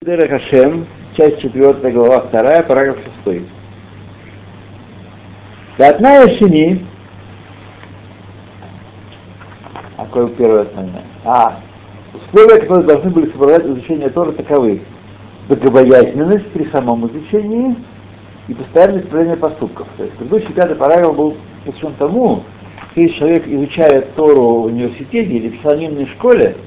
Дерех Хашем, часть 4, глава 2, параграф 6. Ватная Шини, какое первое основание? Условия, которые должны были соблюдать изучение Торы, таковы: богобоязненность при самом изучении и постоянное исправление поступков. То есть предыдущий 5 параграф был посвящен тому, что если человек изучает Тору в университете или в шалимной школе,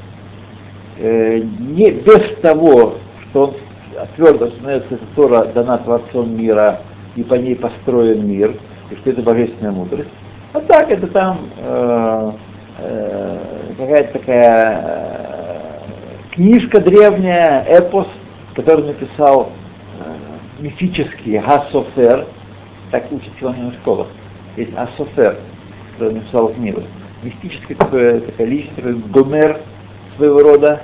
не без того, что он твердо становится, что Тора дана Творцом мира и по ней построен мир, и что это божественная мудрость. А так это там какая-то такая книжка древняя, эпос, который написал мифический Асофер, так учат в филонных школах. Есть Асофер, который написал книгу. Мистическая такая личность, такой Гомер своего рода,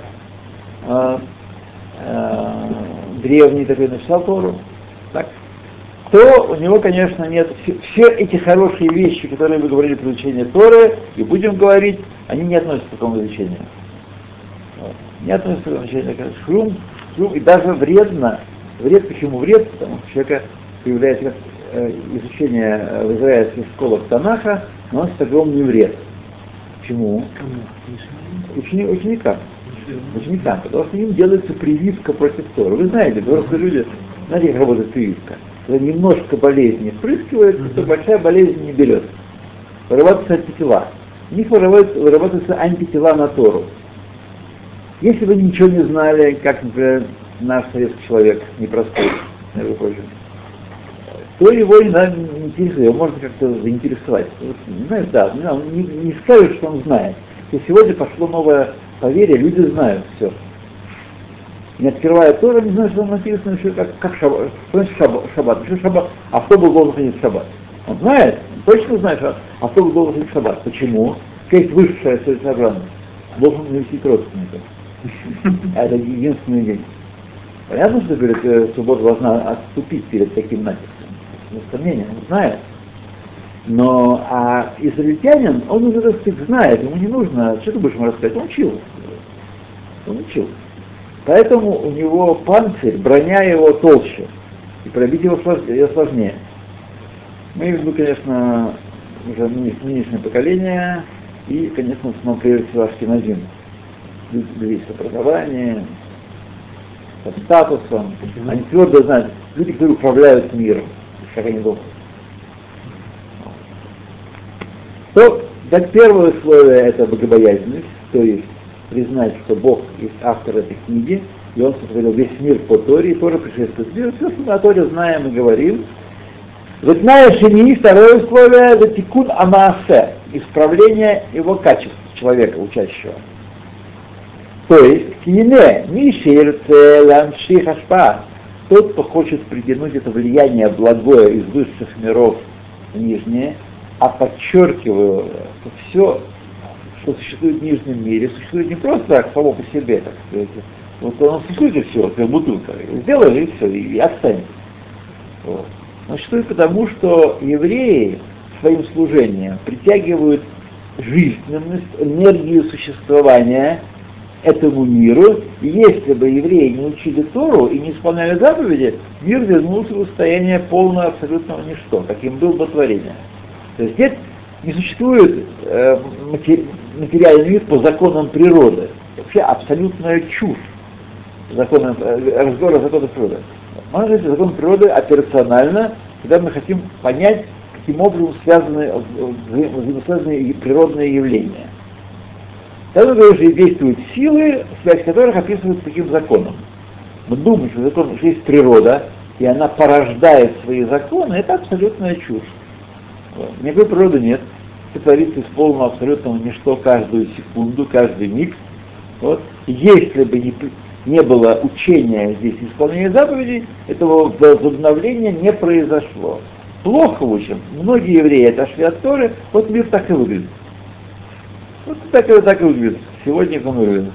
древний такой написал Тору, так, то у него, конечно, нет все эти хорошие вещи, которые вы говорили при изучении Торы, и будем говорить, они не относятся к такому изучению. Не относятся к такому изучению. Шум, и даже вредно. Почему вред? Потому что у человека появляется изучение в израильских школах Танаха, наносит огромный вред. Почему? Ученикам, потому что им делается прививка против Торы. Вы знаете, взрослые люди, знаете, как работает прививка? Когда немножко болезни впрыскивается, то большая болезнь не берет. Вырабатываются антитела. У них вырабатываются антитела на Тору. Если вы ничего не знали, как, например, наш советский человек, непростой, между прочим, то его не надо интересовать, его можно как-то заинтересовать. Не знаю, не скажешь, что он знает. И сегодня пошло новое поверье, люди знают все. Не открывая Тору, не знаю, что там написано еще как шаббат. Что значит шаббат? Еще шаббат. Автобус должен ходить в шаббат. Он знает, он точно знает, что автобус должен ходить в шаббат. Почему? Есть высшая солидарность. Должен навестить родственников. Это единственный день. Понятно, что говорит, суббота должна отступить перед таким натиском. Без сомнения, он знает. Но израильтянин, он уже, так сказать, знает, ему не нужно, что ты будешь ему рассказать, он учил. Поэтому у него панцирь, броня его толще, и пробить его сложнее. Мы имеем в виду, конечно, уже нынешнее поколение, и, конечно, в основном прежде всего ашкеназим. Люди с образованием, со статусом, они твердо знают, люди, которые управляют миром, как они думают. То, так, первое условие — это богобоязненность, то есть признать, что Бог есть автор этой книги, и Он сотворил весь мир по Торе, и Тора предшествует миру. Все, что мы о Торе знаем и говорим. Ватная Шини, второе условие — это тикун амаасе, исправление его качеств человека, учащего. То есть, кине, миширце ламших ашпа, тот, кто хочет притянуть это влияние благое из высших миров в нижние, а подчеркиваю, что все, что существует в нижнем мире, существует не просто так, само по себе, так сказать. Вот оно существует и все, как бутылка. Сделали и все, и останется. Вот. Но существует потому, что евреи своим служением притягивают жизненность, энергию существования этому миру, и если бы евреи не учили Тору и не исполняли заповеди, мир вернулся в состояние полного абсолютного ничто, каким был до творения. То есть здесь не существует материальный мир по законам природы. Вообще абсолютная чушь. Разговор о законах природы. Можно говорить о законах природы операционально, когда мы хотим понять, каким образом связаны природные явления. Тогда мы говорим, что действуют силы, связь которых описывается таким законом. Мы думаем, что есть природа, и она порождает свои законы, это абсолютная чушь. Никакой природы нет. Это творится из полного абсолютного ничто каждую секунду, каждый миг. Вот. Если бы не было учения здесь исполнения заповедей, этого возобновления не произошло. Плохо учим. Многие евреи отошли от Торы, вот мир так и выглядит. Вот так и выглядит. Сегодня он выглядит.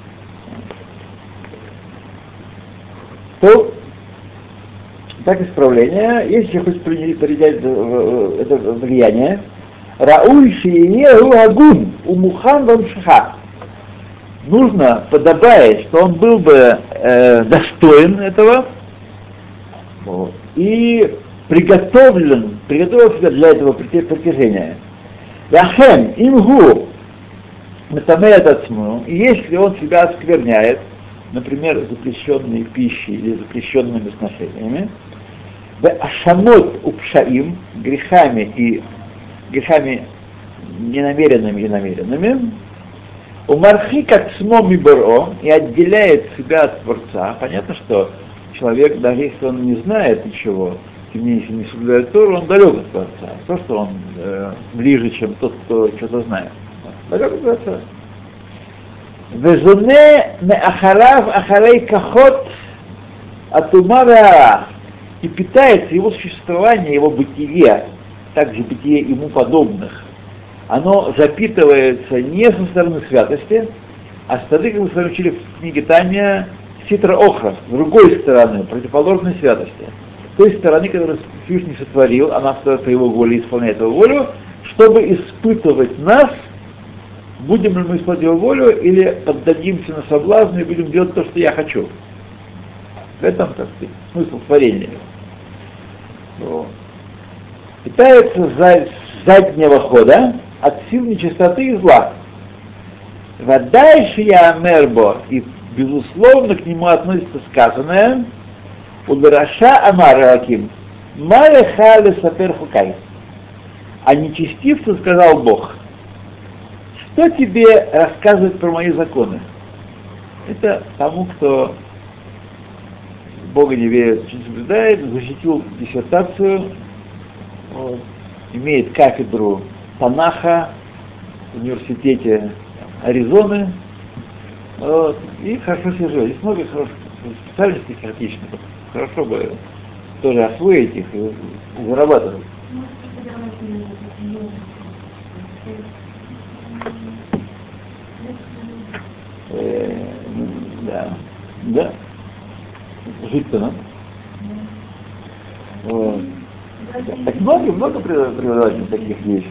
То так исправление, если хочешь принять это влияние, Рауй шиеху агун умухан вамшиха. нужно, подобает, что он был бы достоин этого вот, и приготовил себя для этого притяжения. Лахем имгу метамеет ацму, и если он себя оскверняет, например, запрещенной пищей или запрещенными сношениями, в ашамот упшаим, грехами ненамеренными и намеренными, у мархик ацмо миборо, и отделяет себя от Творца. Понятно, что человек, даже если он не знает ничего, тем не менее, если не соблюдает Тору, он далек от Творца. То, что он ближе, чем тот, кто что-то знает. Далек от Творца. Везуне меахарав ахарей кахот атума веара. И питается его существование, его бытие, также бытие ему подобных. Оно запитывается не со стороны святости, а с стороны, как мы с вами учили в книге Таня, ситра охра, с другой стороны, противоположной святости. С той стороны, которую Всевышний сотворил, она по его воле исполняет его волю, чтобы испытывать нас, будем ли мы исполнять его волю, или поддадимся на соблазн и будем делать то, что я хочу. В этом, так сказать, смысл творения. Питается с заднего хода от сил нечистоты и зла. Дальше я мербо, и безусловно к нему относится сказанное Удраша Амар Аким Малехали Сапер Хукай. А нечестивцу сказал Бог: что тебе рассказывать про мои законы? Это тому, кто Бога не верит, не соблюдает, защитил диссертацию, вот, имеет кафедру Танаха в университете Аризоны, вот, и хорошо себя живет. Есть много хороших специальностей отличных. Хорошо бы тоже освоить их и зарабатывать. Да. Жить-то надо. Вот. Так много преподавателей таких есть.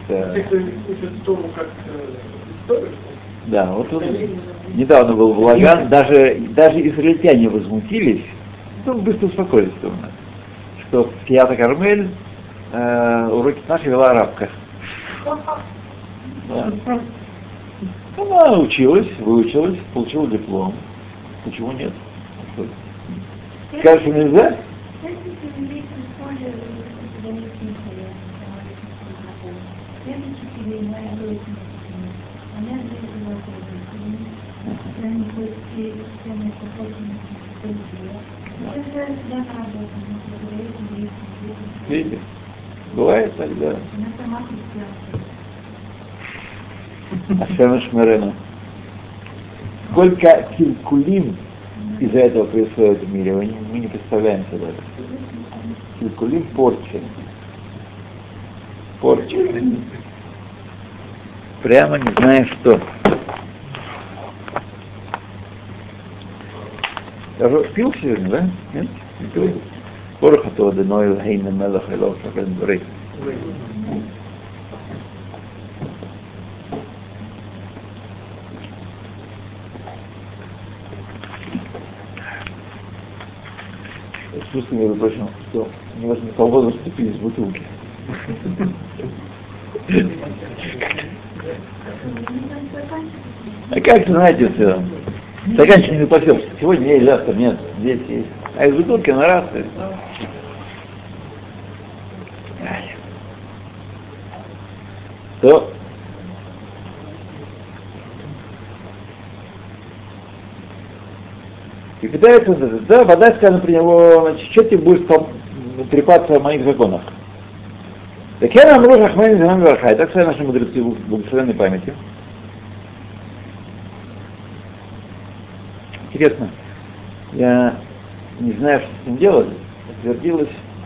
Да, вот он недавно был в Лаган, даже израильтяне возмутились, ну, быстро успокоились, что в Кириат Кармель уроки наши вела арабка. Да. Она училась, выучилась, получила диплом. Почему нет? Скажешь, нельзя? Видите? Бывает тогда. Ашем Шмерена. Сколько килькулим из-за этого происходит в мире, мы не представляем себе даже. Килькулим порчи. Прямо не знаю что. Пил сегодня, да? Нет? Не пил? Порохату одиной гейна мелах элов шакен дурей. Чувствую, между прочим, что невозможно по возрасту пить из бутылки. А как знаете все? Стаканчик не попьешь. Сегодня есть, завтра нет, здесь есть. А из бутылки на раз. То и питается, да, вода, сказано при него, значит, что ты будешь трепаться о моих законах. Так я нам рожу Ахмейн Зимам Вархай, так сказали наши мудрецы в благословенной памяти. Интересно, я не знаю, что с ним делать, подтвердилось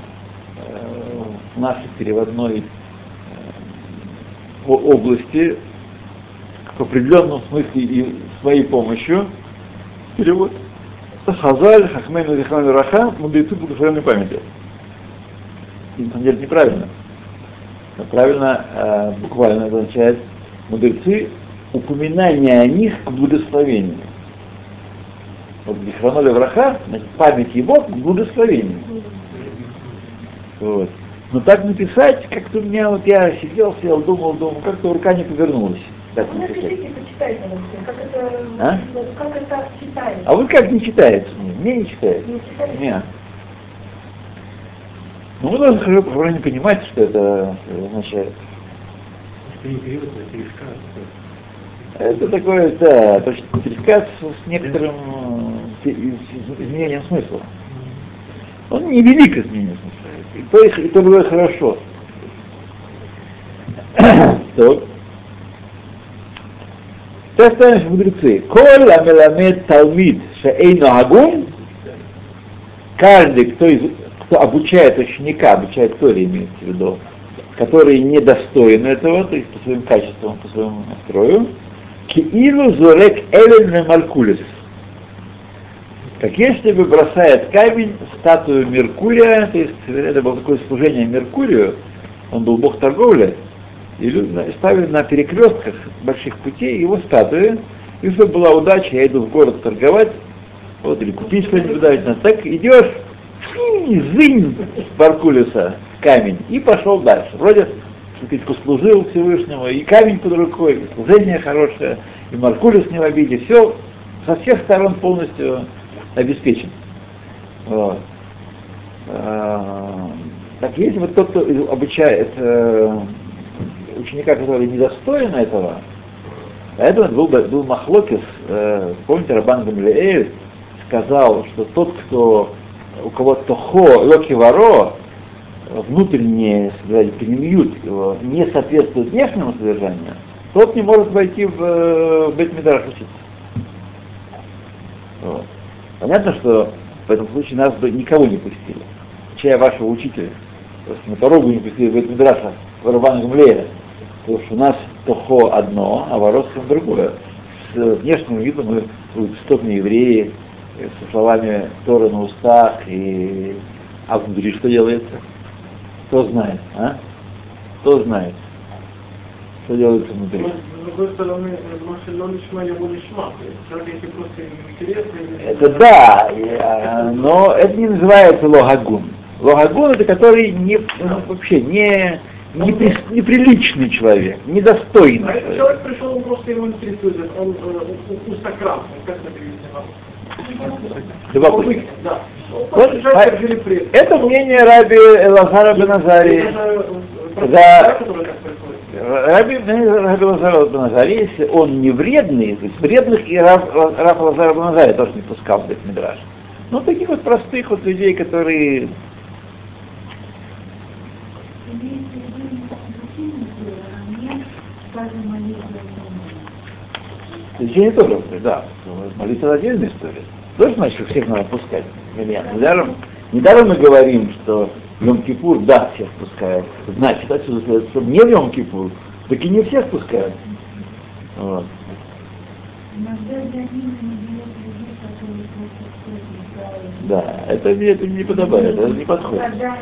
в нашей переводной области в определенном смысле и своей помощью перевод. Хазаль, Хахмейн Зихам Вараха, мудрецы благословенной памяти. И на самом деле неправильно. Правильно, буквально это означает мудрецы упоминание о них к благословению. Вот Зихроно левраха, значит, память его к благословению. Вот. Но так написать, как-то у меня, вот я сидел, думал, как-то рука не повернулась. Так написать. Как это читается? А вот как не читается? Мне не читается. Не читается? Нет. Ну, мы должны хорошо понимать, что это означает. Это такое, да, точно пересказ с некоторым изменением смысла. Он не велик изменение смысла. И то другое хорошо. Так. Сейчас станешь мудрецы. Коль амеламед талмид шеэйну агун, каждый, кто обучает ученика, обучает Торе, имеется в виду, который недостоин этого, то есть по своим качествам, по своему настрою, киилу зорек элен малькулис, как если бы бросает камень в статую Меркурия, то есть это было такое служение Меркурию, он был бог торговли, и ставили на перекрестках больших путей его статуи, и чтобы была удача, я иду в город торговать, вот, или купить что-нибудь удачно, так идешь, зынь с Меркулиса камень, и пошел дальше. Вроде, так сказать, послужил Всевышнему, и камень под рукой, и служение хорошее, и Меркулис не в обиде, все со всех сторон полностью обеспечен. Вот. Так если вот тот, кто обучает ученика, который недостоин этого, поэтому был Махлокис, помните, Рабан Гамлиэль сказал, что тот, у кого тохо локи варо, внутреннее пнемиют его не соответствует внешнему содержанию, тот не может войти в Бейт-Мидраш учиться. Вот. Понятно, что в этом случае нас бы никого не пустили, включая вашего учителя. Просто на порогу не пустили в Бейт-Мидраша в Рабана Гамлиэля. Потому что у нас тохо одно, а ворот другое. С внешним видом мы истопные евреи, со словами Торы на устах, а внутри что делается? Кто знает, а? Кто знает, что делается внутри? С другой стороны, машина лишма его лишма. Человеки просто интересны. Это да, но это не называется логагун. Логагун это который вообще неприличный человек, недостойный человек. Человек пришел, он просто его интересует, он устакрам, как это перевести на Любопытно. Да. Вот, это мнение Раби Элазара бен Азари. Раби Элазара бен Азари, если он не вредный, то есть вредных и Рав Элазара бен Азари тоже не пускал в Бейт-Мидраш. Ну, таких вот простых вот людей, которые... Изучение тоже, да. Молитва — это отдельная история. Тоже значит, что всех надо пускать. Недаром мы говорим, что Йом-Кипур, да, всех пускают. Значит, отсюда следует, что не в Йом-Кипур, так и не всех пускают. Вот. Да, это не подобает, это не подходит.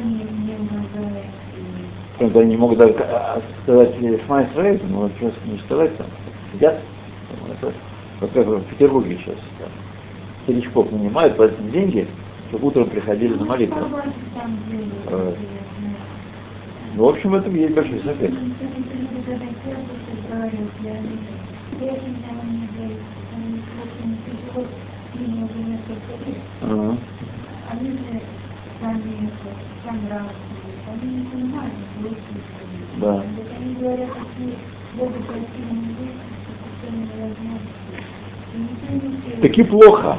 Когда они могут даже сказать Шма Исраэль, но просто не сказать там, сидят. Вот как в Петербурге сейчас. Старичков нанимают, платят им деньги, чтобы утром приходили на молитву. Ну, в общем, в этом есть большой совет. Да. Таки плохо.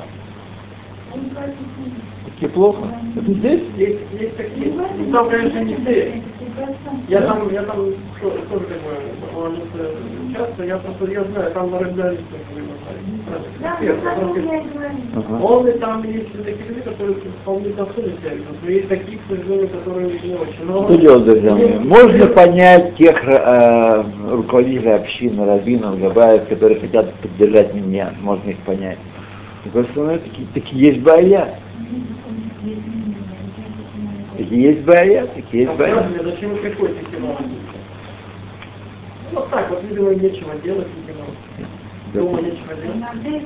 Таки плохо. Это здесь? Есть такие. Там, конечно, не все. Я там тоже как бы молился часто, я знаю, там нарождались он и там есть такие люди, которые вполне достойны себя ведут, но есть такие, к сожалению, которые не очень. Что делать, друзья мои? Можно понять тех руководителей общины, раввинов, габаев, которые хотят поддержать меня, можно их понять. Просто такие есть боя. Такие есть боя, такие есть боя. Зачем вы приходите к нему? Вот так вот, видимо, нечего делать, видимо. думали, что это.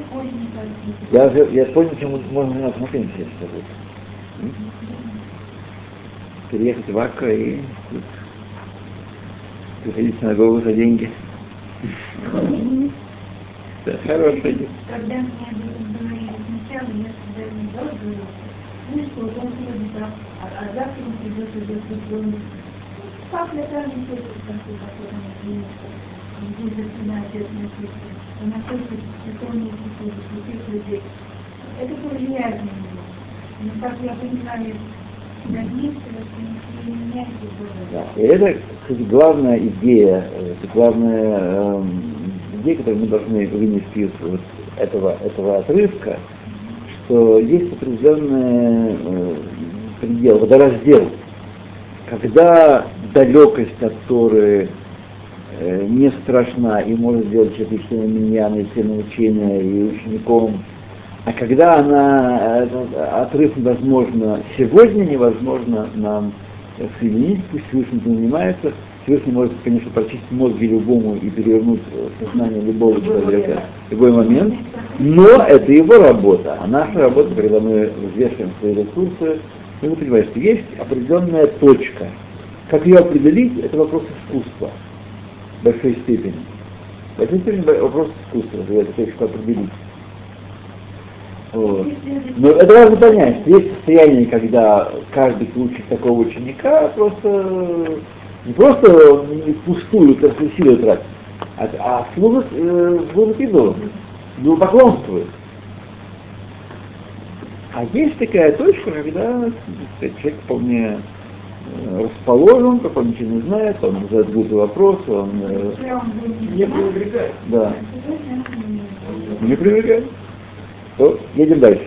Я понял, чем можно заняться на пенсии с тобой. Переехать в Акро и приходить в синагогу за деньги. Это хорошая идея. Когда мне об этом говорили сначала, я всегда не говорила, ну что, он сегодня прав, а завтра он придет и идет в дипломе. Как я там не хочу, как я потом будет начать носиться. Она только дипломные таких людей. Это повлияет на него. Но как я понимаю, да. И это, кстати, главная идея, которую мы должны вынести из вот этого отрывка, что есть определенный предел, водораздел, когда далекость от Торы не страшна и может сделать человека членом миньяна, и членом учения, и учеником, а когда отрыв невозможно, сегодня невозможно нам соединить, пусть Всевышний этим занимается, Всевышний может, конечно, прочистить мозги любому и перевернуть сознание любого человека в любой момент, но это его работа, а наша работа, когда мы взвешиваем свои ресурсы, мы понимаем, что есть определенная точка. Как ее определить, это вопрос искусства в большой степени. В большой степени вопрос искусства, эту точку определить. Вот. Но это важно понять, что есть состояние, когда каждый учит такого ученика просто не просто впустую силы тратит, а служит идолам, поклонствует. А есть такая точка, когда человек вполне расположен, как он ничего не знает, он задает глупый вопрос, он Не пренебрегает. Да. Не пренебрегает. То едем дальше.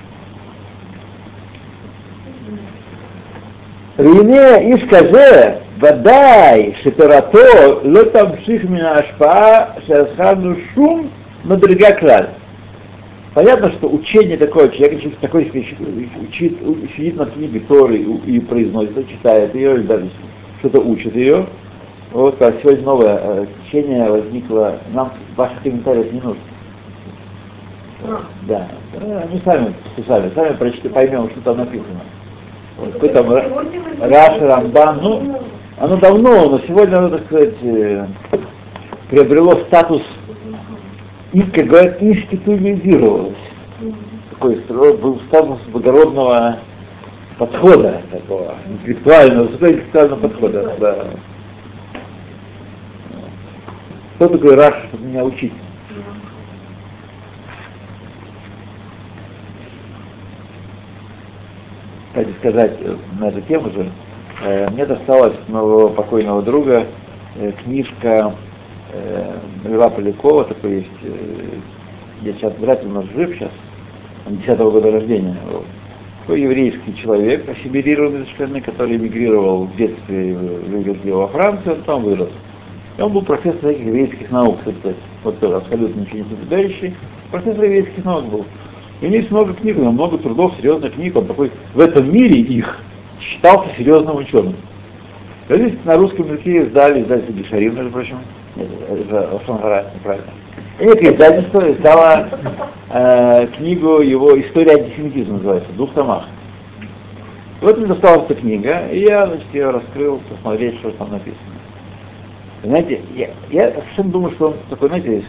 Вине искаже вадай шеперато ло тамших мина ашпаа шеасхану шум мадрига клаль. Понятно, что учение такое, человек такой сидит над книгой Торы и произносит, читает ее, и даже что-то учит ее. Вот, а сегодня новое течение возникло, нам ваших комментариев не нужно. Да, мы сами прочитаем, поймем, что там написано. Вот, какой там Раши, Рамбан, ну, оно давно, но сегодня оно, так сказать, приобрело статус, и, как говорят, институализировалось. Такой был статус благородного подхода, такого интеллектуального, высокоинтеллектуального подхода. Да. Кто такой Раши, чтобы меня учить? Кстати сказать, на эту тему же, мне досталась от моего покойного друга книжка Льва Полякова, такой есть, я сейчас вряд ли у нас жив сейчас, он 10-го года рождения, такой еврейский человек, ассимилированный совершенно, который эмигрировал в детстве, вывезли во Францию, он там вырос. И он был профессор таких еврейских наук, кстати, вот тоже абсолютно ничего не соблюдающий, профессор еврейских наук был. И у него есть много книг, много трудов, серьезных книг, он такой в этом мире их считался серьезным ученым. Здесь на русском языке издательство Гешарим, между прочим, это Шангара, неправильно. И некое издательство издало книгу его «История антисемитизма» называется, в 2 томах. И вот мне досталась эта книга, и я, ее раскрыл, посмотреть, что там написано. Знаете, я совершенно думаю, что он такой, знаете,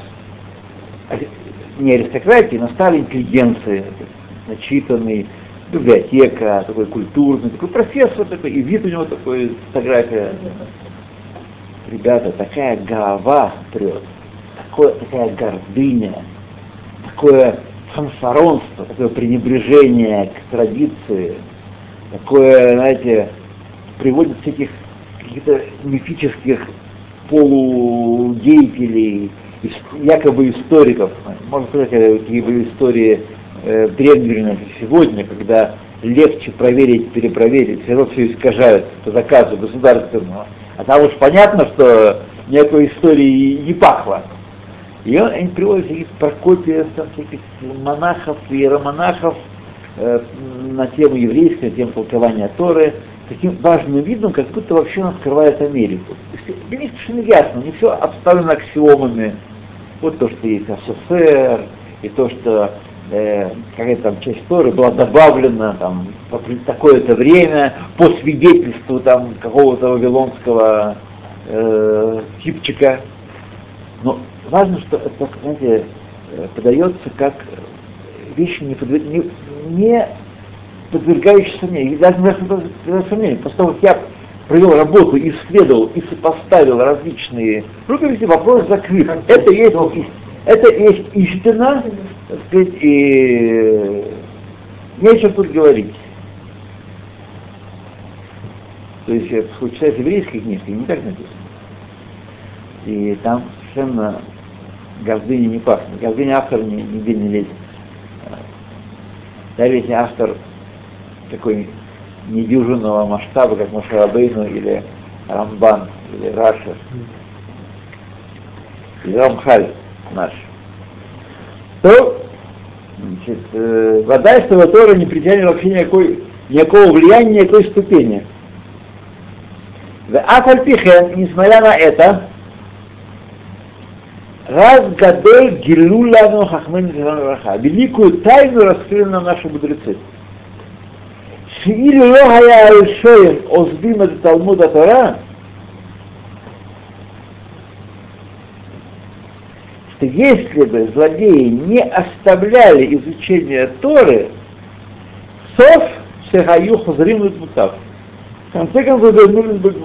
не аристократии, но старой интеллигенции, начитанный, библиотека, такой культурный, такой профессор такой, и вид у него такой, фотография. Ребята, такая голова прет, такая гордыня, такое фанфаронство, такое пренебрежение к традиции, такое, знаете, приводит всяких каких-то мифических полудеятелей, якобы историков. Можно сказать, какие были истории древние сегодня, когда легче проверить, перепроверить, все равно все искажают по заказу государственного. А там уж понятно, что никакой истории не пахло. И они приводят всяких Прокопиев, всяких монахов, иеромонахов на тему еврейской, на тему толкования Торы, таким важным видом, как будто вообще он открывает Америку. Для них совершенно ясно, не все обставлено аксиомами, Вот то, что есть СССР, и то, что какая-то там часть Торы была добавлена там в такое-то время по свидетельству там какого-то вавилонского типчика. Но важно, что это, знаете, подается как вещи не подвергающие сомнению. Даже сомнению. После того, как я провел работу, исследовал и сопоставил различные рукописи, вопрос закрыт. Это есть истина, так сказать, и не о чем тут говорить. То есть, я читаю еврейские книжки, не так написано. И там совершенно гордыня не пахнет. Гордыня автора нигде не лезет. Даже если автор такой недюжинного масштаба, как Моше Рабейну или Рамбан, или Раша, или Рамхаль наш, то, значит, вода из того Тора не притянет вообще никакого влияния, никакой ступени. Афальпихен, несмотря на это, раз гадоль гилуляну хахмен раха, великую тайну раскрыли нам наши мудрецы. Шиили лохая альшоем оздим это Талмуда Тора, что если бы злодеи не оставляли изучение Торы, сов шехаю хазрим мутав, в конце концов вернулись бы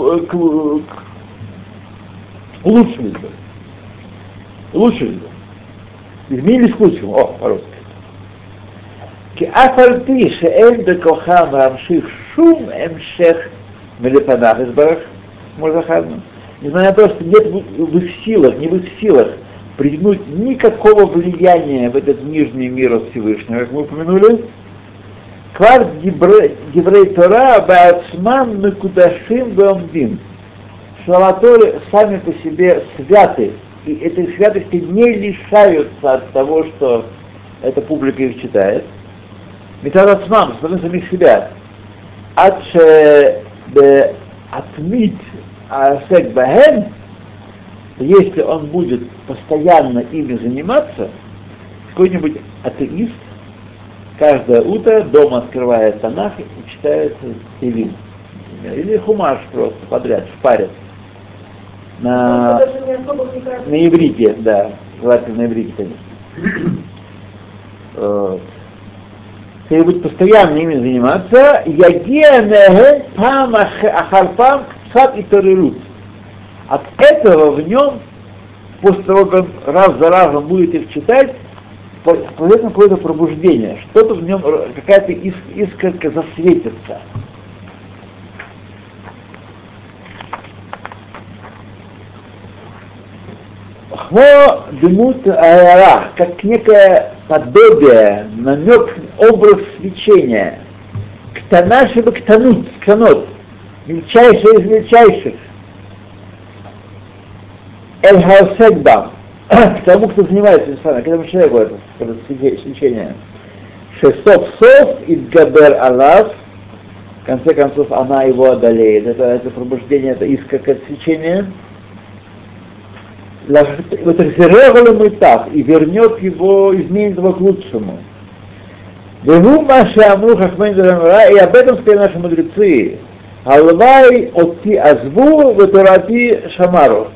улучшились бы, изменились к лучшему, по-русски. כי אף על פי שאין בכוחם להמשיך שום המשך מלפניו יתברך, כמו זכרנו, несмотря на то, что нет в их силах, не в их силах притянуть никакого влияния в этот нижний мир от Всевышнего, как мы упомянули, квар диврей Тора баацман мекудашим беомдин. Слова Торы сами по себе святы, и этой святости не лишаются от того, что эта публика их читает. Митарацман, смотрим самих себя. Отмить асек бахен, если он будет постоянно ими заниматься, какой-нибудь атеист каждое утро дома открывает Танах и читает Тевим. Или Хумаш просто подряд, шпарит. На иврите, да, желательно на иврите, конечно. Если будет постоянно ими заниматься, от этого в нем, после того, как он раз за разом будет их читать, произойдет какое-то пробуждение, что-то в нем, какая-то искорка засветится. Хмо демут аэра, как некое подобие, намек, образ свечения. Ктанашева ктанот, мельчайшее из мельчайших. Эль-Хаусекбам, к тому, кто занимается к этому человеку это свечение. Шесов и Габер Аллах, в конце концов она его одолеет. Это пробуждение, это искорка свечения. И вернет его, изменит его к лучшему. И об этом сказали наши мудрецы. Алвай отти азву ватурати шамару.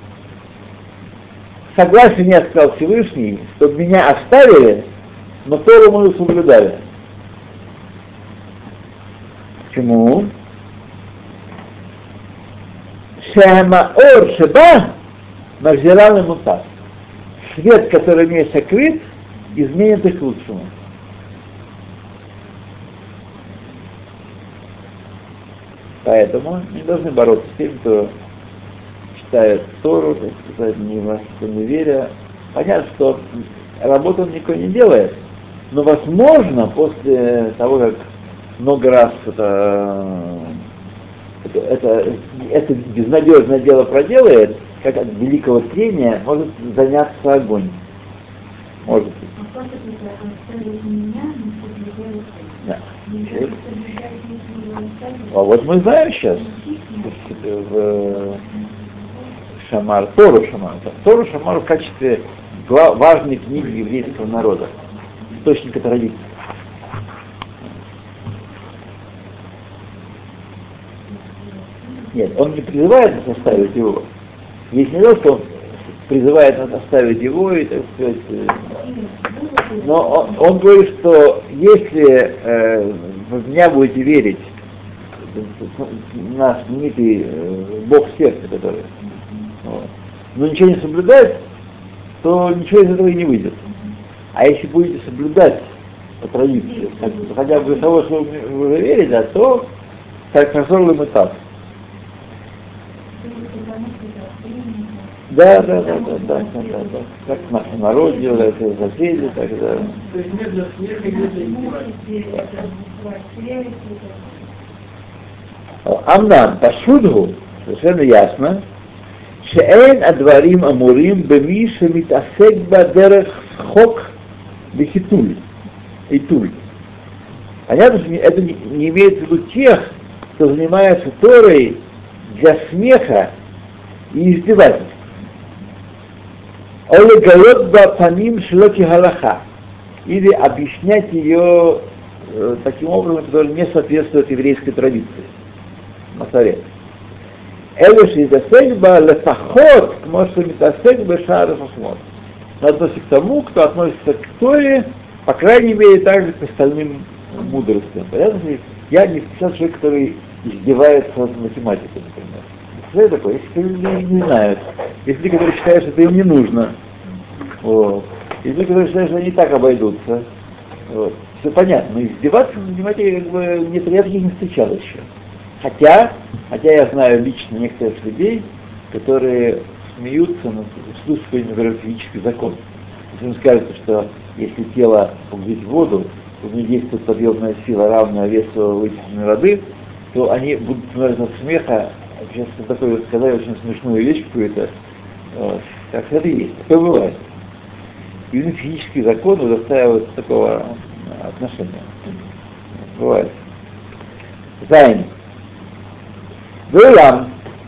Согласен, я сказал Всевышний, чтобы меня оставили, но Тору мою соблюдали. Почему? Шамаор шеба Махзирал и Мутав. Свет, который мне сокрыт, изменит их к лучшему. Поэтому не должны бороться с тем, кто читает Тору, так сказать, ни во что не веря. Понятно, что работу он никто не делает, но возможно, после того, как много раз это безнадежное дело проделает, как от великого трения может заняться огонь. Может быть. Да. А вот мы знаем сейчас в Шамар, Тору Шамар в качестве важной книги еврейского народа, источника традиции. Нет, он не призывает нас оставить его. Есть не то, что он призывает нас оставить его, и, так сказать, но он говорит, что если вы в меня будете верить, наш знаменитый Бог сердца, который, вот, но ничего не соблюдать, то ничего из этого и не выйдет. А если будете соблюдать по традиции, хотя бы того, что вы уже верите, то как насорлым и так. Да. Как в нашем народе, это соседи, так да. То есть нет для смеха и нет для Амнам, пашудгу, совершенно ясно, שאין הדברים אמורים במי שמתעסק בדרך חוק וחיתול, עיתול. Понятно, что это не имеется в виду тех, кто занимается Торой для смеха и издевательств. Или объяснять ее таким образом, который не соответствует еврейской традиции. Масарет. אלו שיתעסק בה לפחות כמו שמתעסק בשאר החוכמות. Но относится к тому, кто относится к Торе, по крайней мере, также к остальным мудростям. Понятно? Я не сейчас человек, который издевается над математикой, например. Что это такое? Есть люди не знают. Есть люди, которые считают, что это им не нужно. Вот. Есть люди, которые считают, что они так обойдутся. Вот. Все понятно. Но издеваться над математикой, как бы, я таких не встречал еще. Хотя я знаю лично некоторых людей, которые смеются над слушанием, например, физический закон. Если им скажется, что если тело погрузить в воду, то в ней действует подъемная сила, равная весу вытеченной воды, то они будут смотреть от смеха. Сейчас такое сказали очень смешную вещь какую-то. Так это и есть, такое бывает. И физический закон удостаивает такого отношения. Бывает. Зайн. Вэлам,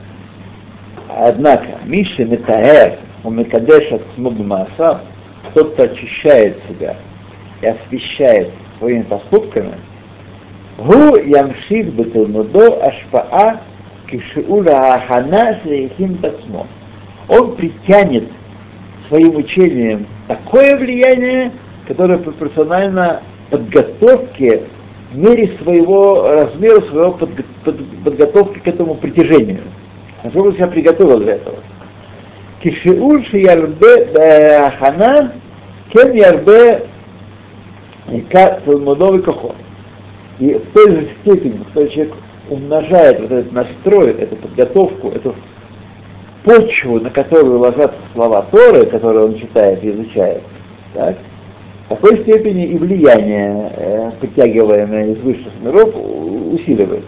однако, Миша Метаэр, он Мекадеш от Смубмааса, тот, кто очищает себя и освещает своими поступками, Гу Ямших Беталмудо Ашпаа Кишиура Ахана Шейхим Тацмо. Он притянет своим учением такое влияние, которое пропорционально подготовке в мере своего размера, своего подготовки к этому притяжению. Насколько он себя приготовил для этого. Кишиур шиярбе хана кен ярбе талмудовый кохот. И в той же степени, в которой человек умножает вот этот настрой, эту подготовку, эту почву, на которую ложатся слова Торы, которые он читает и изучает, так, в такой степени и влияние, притягиваемое из высших миров, усиливается.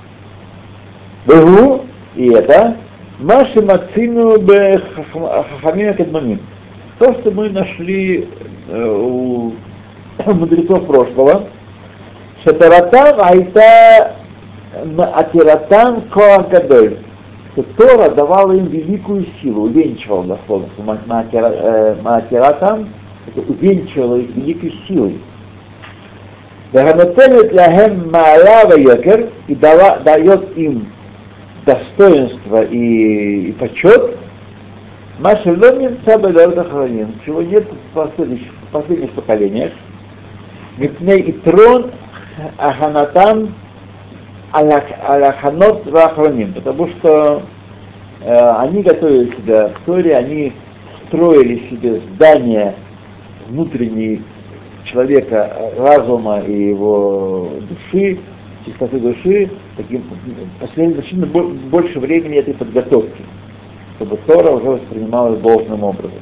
Бегу, и это, Маши Мацину бе Хахамина Кадманим. То, что мы нашли у мудрецов прошлого, Шатаратам Айта Атиратам Коах Гадоль, что Тора давала им великую силу, увенчивала дословно, Маатиратам, это увенчивало их великой силой. Ваганотелет ляхем маалава йокер, и дает им достоинство и почет, машеломим сабадарт охраним, чего нет в последних поколениях. Мипней и трон аханатам алаханот вахраним, потому что они готовили себя в Торе, они строили себе здания внутренней человека, разума и его души, чистоты души, таким значительно больше времени этой подготовки, чтобы Тора уже воспринималась должным образом.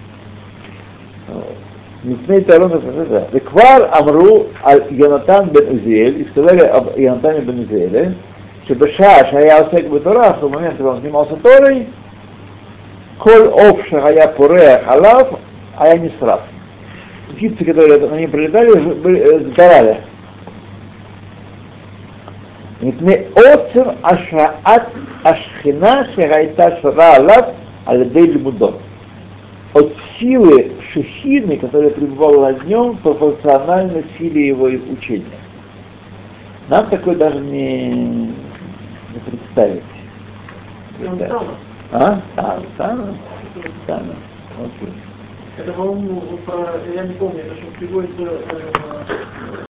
Митней Тарона сказали, Веквар Амру Йонатан бен Узиэль, и сказали об Йонатане бен Узиэле, что Беша Шая Осек Бетора, что в момент, когда он занимался Торой, Коль Овша Хая Пурех Алав, а я не срав. Птицы, которые на ним прилетали, сгорали. Митней Оцем Ашраат Ашхина Шагайта Шара Алав Аль-Дей Лимудот. от силы Шехины, которая пребывала над нем, пропорционально силе его учения. Нам такое даже не представить. А? Тана. Окей. Это, по-моему, я не помню, это что приводится